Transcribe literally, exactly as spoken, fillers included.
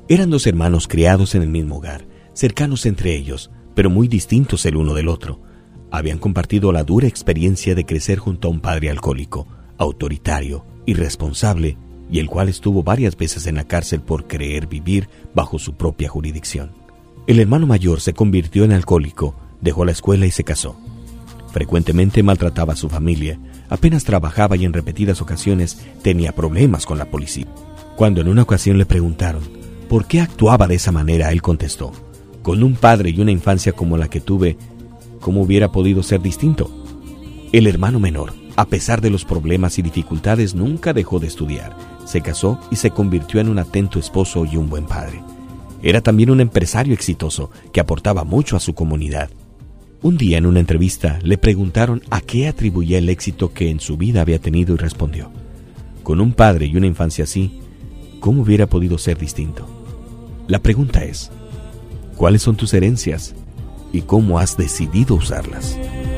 Eran dos hermanos criados en el mismo hogar, cercanos entre ellos, pero muy distintos el uno del otro. Habían compartido la dura experiencia de crecer junto a un padre alcohólico, autoritario, irresponsable, y el cual estuvo varias veces en la cárcel por creer vivir bajo su propia jurisdicción. El hermano mayor se convirtió en alcohólico, dejó la escuela y se casó. Frecuentemente maltrataba a su familia, apenas trabajaba y en repetidas ocasiones tenía problemas con la policía. Cuando en una ocasión le preguntaron por qué actuaba de esa manera, él contestó: con un padre y una infancia como la que tuve, ¿cómo hubiera podido ser distinto? El hermano menor, a pesar de los problemas y dificultades, nunca dejó de estudiar. Se casó y se convirtió en un atento esposo y un buen padre. Era también un empresario exitoso que aportaba mucho a su comunidad. Un día en una entrevista le preguntaron a qué atribuía el éxito que en su vida había tenido y respondió: con un padre y una infancia así, ¿cómo hubiera podido ser distinto? La pregunta es: ¿cuáles son tus herencias y cómo has decidido usarlas?